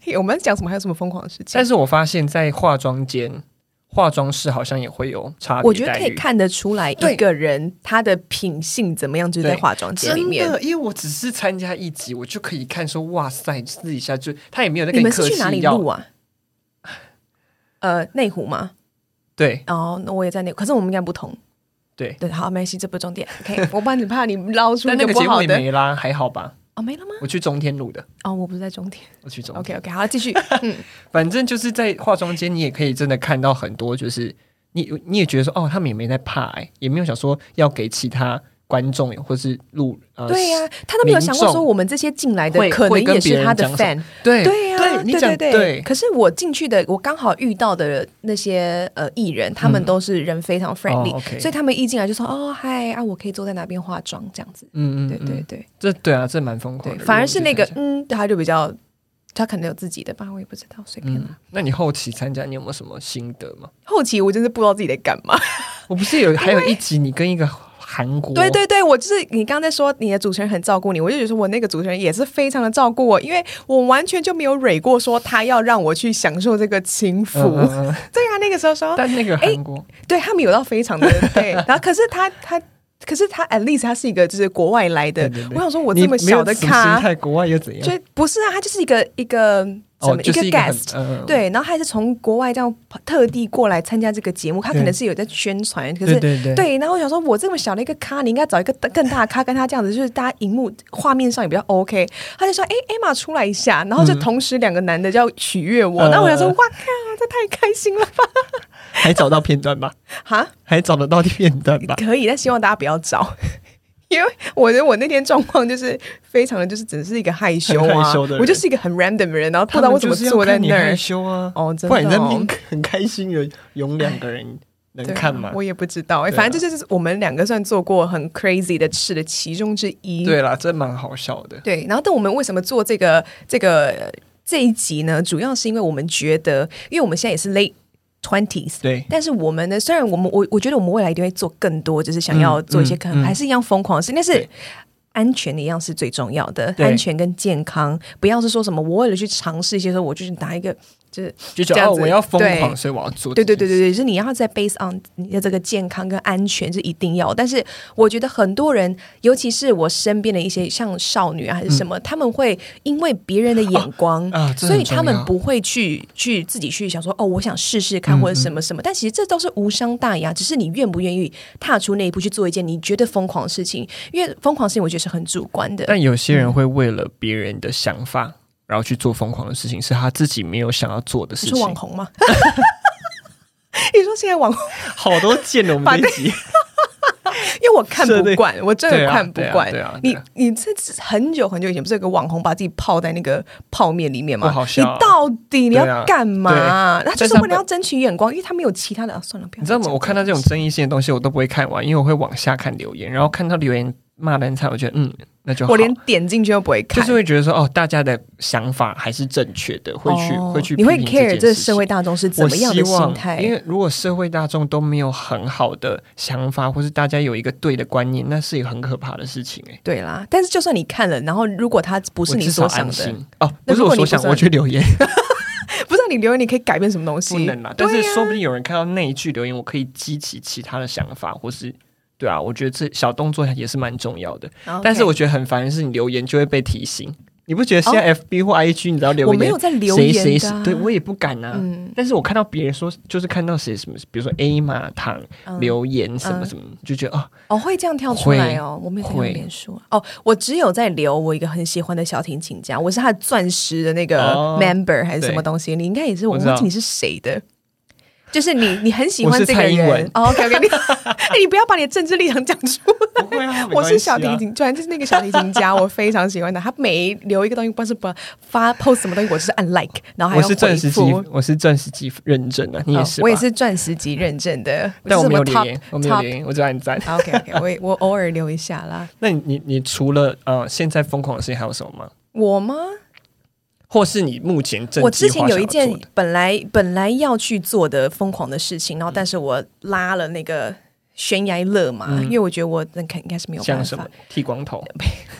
我们讲什么？还有什么疯狂的事情？ 但是我发现，在化妆间。化妆师好像也会有差别待遇， 我觉得可以看得出来一个人他的品性怎么样，就是在化妆间里面。 真的，因为我只是参加一集，我就可以看说，哇塞，私底下就他也没有在跟你客气。 你们是去哪里录啊？呃，内湖吗？ 对。 哦，那我也在内湖，可是我们应该不同。 对对， 好，没关系，这不重点。OK， 我怕你怕你捞出一个不好的。但那个节目也没啦，还好吧？ 哦，没了吗？ 我去中天录的。 哦，我不是在中天， 我去中天。 OK OK， 好，继续。嗯， 反正就是在化妆间，你也可以真的看到很多，就是你你也觉得说，哦，他们也没在怕、欸，也没有想说要给其他观众或是录。呃、 对呀、啊，他都没有想过说我们这些进来的可能也是他的 fan。 对对呀、啊， 你对对对。 可是我进去的，我刚好遇到的那些呃艺人，他们都是人非常 friendly，、嗯哦 okay、所以他们一进来就说哦嗨啊，我可以坐在哪边化妆这样子。嗯嗯，对对对， 这对啊，这蛮疯狂的。 反而是那个嗯，他就比较。他可能有自己的吧，我也不知道，随便啦、嗯。 那你后期参加，你有没有什么心得吗？ 后期我真是不知道自己在干嘛。 我不是有还有一集你跟一个韩国， 对对对，我就是你刚才说你的主持人很照顾你，我就觉得说我那个主持人也是非常的照顾我，因为我完全就没有蕊过说他要让我去享受这个轻浮。嗯嗯嗯对啊，那个时候说， 但那个韩国， 对他们有到非常的对，然后可是他他。可是他 at least 他是一个就是国外来的，对对对，我想说我这么小的咖， 心态国外又怎样？ 就不是啊，他就是一个一个什么、 哦、就是、 一个 guest，、嗯、对，然后他是从国外这样特地过来参加这个节目，他可能是有在宣传，可是对对对， 对，然后我想说，我这么小的一个咖，你应该找一个更大的咖跟他这样子，就是大家荧幕画面上也比较 OK。他就说：“哎 ，Emma 出来一下。”然后就同时两个男的就要取悦我，那、嗯、我想说：“哇靠，这太开心了吧！” 还找到片段吧？哈，还找得到片段吧？ 可以，但希望大家不要找。因为我觉得我那天状况就是非常的，就是只是一个害羞啊， 害羞的人， 我就是一个很 random 的人，然后不知道为什么坐在那儿害羞啊， 哦，真的、哦， 不然你在那边很开心的，有两个人能看吗？ 啊、我也不知道，哎、欸，反正这就是我们两个算做过很 crazy 的事的其中之一。 对啦，真蛮好笑的。 对，然后但我们为什么做这个这个这一集呢？主要是因为我们觉得，因为我们现在也是 late twenties， 对， 但是我们呢，虽然我们我我觉得我们未来一定会做更多，就是想要做一些可能、嗯嗯、还是一样疯狂的事，但是安全一样是最重要的，安全跟健康，不要是说什么我为了去尝试一些时候，我就是拿一个就是就觉得哦，我要疯狂，所以我要做。 对对对对对，就是你要在 base on 你的这个健康跟安全是一定要。但是我觉得很多人，尤其是我身边的一些像少女啊还是什么，嗯、他们会因为别人的眼光，哦啊、所以他们不会去去自己去想说哦，我想试试看或者什么什么。嗯嗯但其实这都是无伤大雅，只是你愿不愿意踏出那一步去做一件你觉得疯狂的事情。因为疯狂的事情，我觉得是很主观的。 但有些人会为了别人的想法。嗯然后去做疯狂的事情，是他自己没有想要做的事情。 你说网红吗？你说现在网红好多见了我们这一集， 因为我看不惯，我真的看不惯。 对啊， 你你这很久很久以前不是有个网红把自己泡在那个泡面里面吗？ 好笑啊、 你到底你要干嘛、啊？他就是为了要争取眼光，因为他没有其他的。啊、算了，不要。 你知道吗？我看到这种争议性的东西，我都不会看完，因为我会往下看留言，然后看到留言骂人惨，我觉得嗯。那就好， 我连点进去都不会看， 就是会觉得说哦，大家的想法还是正确的，会去、哦、会去你会 care 这社会大众是怎么样的心态？ 因为如果社会大众都没有很好的想法，或是大家有一个对的观念，那是一个很可怕的事情哎、欸。 对啦，但是就算你看了，然后如果他不是你所想的哦，不是我所想，我去留言。 不是你留言，你可以改变什么东西？ 不能啦，但是说不定有人看到那一句留言，我可以激起其他的想法，或是。对啊，我觉得这小动作也是蛮重要的。Okay. 但是我觉得很烦的是，你留言就会被提醒。你不觉得现在 F B 或 I G 你知道留言， 我没有在留言的、啊，谁谁对我也不敢啊、嗯。但是我看到别人说，就是看到谁什么，比如说 A 马堂、嗯、留言什么什么，嗯、就觉得哦， 哦会这样跳出来哦，我没有在用脸书哦，我只有在留我一个很喜欢的小提琴家，我是他的钻石的那个 member、哦、还是什么东西，你应该也是，我忘记你是谁的。就是你，你很喜欢这个人。哦 ，OK OK， 你、欸、你不要把你的政治立场讲出来。 不会啊， 我是小提琴，突然就是那个小提琴家，我非常喜欢他。他每留一个东西，不是不发 post 什么东西，我就是按 like， 然后还要回复。 我是钻石级，我是钻石级认证的，你也是、哦？ 我也是钻石级认证的， 但我没有留言，我没有留言，我只按赞。 OK OK， 我我偶尔留一下啦。 那你你你除了呃现在疯狂的事情还有什么吗？ 我吗？ 或是你目前正我之前有一件本来本来要去做的疯狂的事情，然后但是我拉了那个悬崖勒马、嗯，因为我觉得我那应该是没有办法。 像什么剃光头？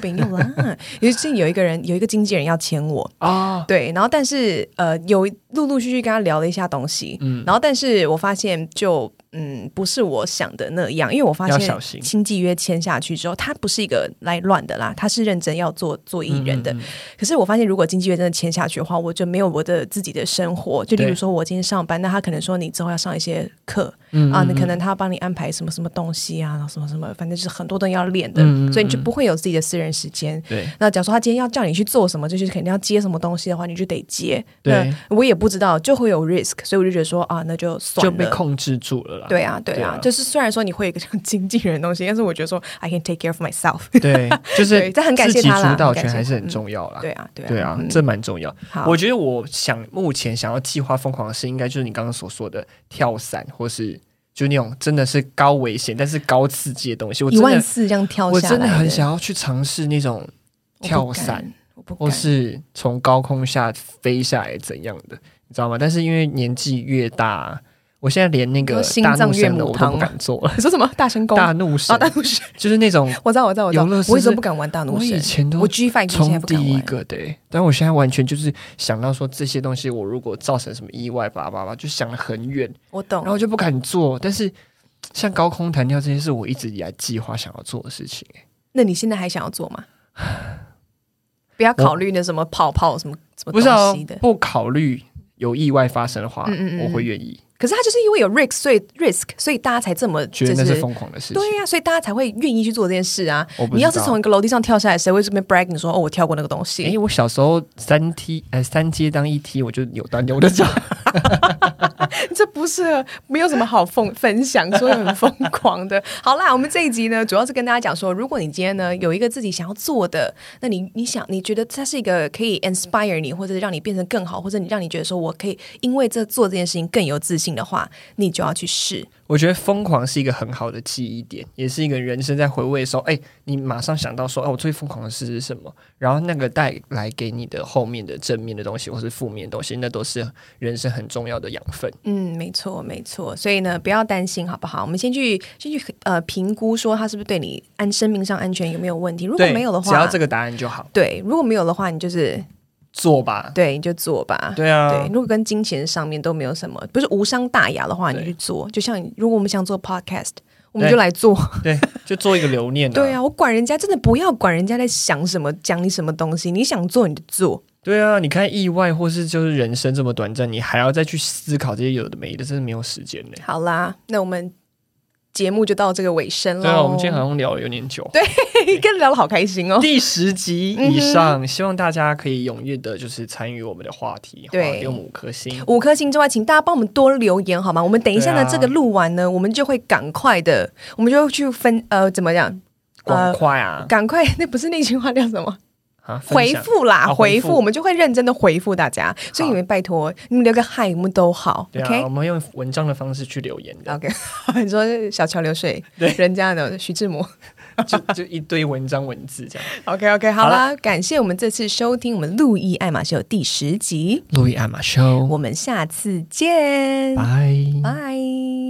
没有啦。尤其有一个人有一个经纪人要签我啊、哦，对，然后但是呃有陆陆续续跟他聊了一下东西，嗯，然后但是我发现就。嗯，不是我想的那样，因为我发现经纪约签下去之后，他不是一个来乱的啦，他是认真要做做艺人的、嗯嗯。可是我发现，如果经纪约真的签下去的话，我就没有我的自己的生活。就例如说，我今天上班，那他可能说你之后要上一些课、嗯、啊，你可能他要帮你安排什么什么东西啊，什么什么，反正就是很多东西要练的、嗯，所以你就不会有自己的私人时间。对，那假如说他今天要叫你去做什么，就是肯定要接什么东西的话，你就得接。对，那我也不知道，就会有 risk， 所以我就觉得说啊，那就算了， 就被控制住了啦。 对啊，对啊。对啊，就是虽然说你会有一个经纪人的东西，但是我觉得说 I can take care of myself。 对，就是这很感谢他啦， 自己主导权还是很重要啦。 嗯、对啊，对啊， 对啊，嗯、这蛮重要。我觉得我想目前想要计划疯狂的事，应该就是你刚刚所说的跳伞，或是就那种真的是高危险但是高刺激的东西。我真的一万四这样跳下来， 我真的很想要去尝试那种跳伞，或是从高空下飞下来怎样的，你知道吗？但是因为年纪越大。我现在连那个大怒神的我都不敢做了。 你说什么大神功？ 大怒神， 哦，大怒神就是那种我知道，我知道，我知道。我为什么不敢玩大怒神？ 我以前都我 G 五冲第一个的、欸，但我现在完全就是想到说这些东西，我如果造成什么意外，叭叭叭，就想得很远。 我懂， 然后就不敢做。但是像高空弹跳这些是我一直以来计划想要做的事情、欸。 那你现在还想要做吗？不要考虑那什么泡泡什么什么东西的， 不是、哦、不考虑有意外发生的话，嗯嗯嗯我会愿意。 可是他就是因为有 risk， 所以 risk， 所以大家才这么觉得那是疯狂的事情。 对呀、啊，所以大家才会愿意去做这件事啊。你要是从一个楼梯上跳下来，谁会这边 brag 你说哦，我跳过那个东西？ 哎，我小时候三梯呃三阶当一梯，我就扭断掉我的脚。 这不是没有什么好分分享，说很疯狂的。好啦，我们这一集呢，主要是跟大家讲说，如果你今天呢有一个自己想要做的，那你你想你觉得它是一个可以 inspire 你，或者让你变成更好，或者你让你觉得说我可以因为这做这件事情更有自信的话，你就要去试。 我觉得疯狂是一个很好的记忆点，也是一个人生在回味的时候，哎，你马上想到说，哦，我最疯狂的事是什么？然后那个带来给你的后面的正面的东西，或是负面的东西，那都是人生很重要的养分。 嗯，没错，没错。所以呢，不要担心，好不好？我们先去先去呃评估，说它是不是对你安生命上安全有没有问题？如果没有的话， 只要这个答案就好。 对，如果没有的话，你就是做吧， 对，你就做吧。 对啊， 对，如果跟金钱上面都没有什么，不是无伤大雅的话，你就去做。就像如果我们想做 podcast， 我们就来做， 对，就做一个留念、啊。 对啊，我管人家，真的不要管人家在想什么，讲你什么东西，你想做你就做。 对啊，你看意外或是就是人生这么短暂，你还要再去思考这些有的没的，真的没有时间呢。 好啦，那我们节目就到这个尾声了。 对啊，我们今天好像聊了有点久， 对，跟聊得好开心哦。 第十集以上、嗯，希望大家可以踊跃的，就是参与我们的话题，对，给我们五颗星， 五颗星之外，请大家帮我们多留言好吗？我们等一下呢，啊、这个录完呢，我们就会赶快的，我们就去分呃，怎么样？ 赶快啊！ 赶、呃、快，那不是那句话叫什么？ 啊、 回复啦、 啊， 回复，我们就会认真的回复大家，所以你们拜托，你们留个嗨，我们都好。 对啊 ，OK， 我们用文章的方式去留言的。 OK， 你说小桥流水，对，人家的徐志摩， 就就一堆文章文字这样。 OK OK， 好啦，感谢我们这次收听我们路易爱马秀第十集， 路易爱马秀， 我们下次见， 拜拜。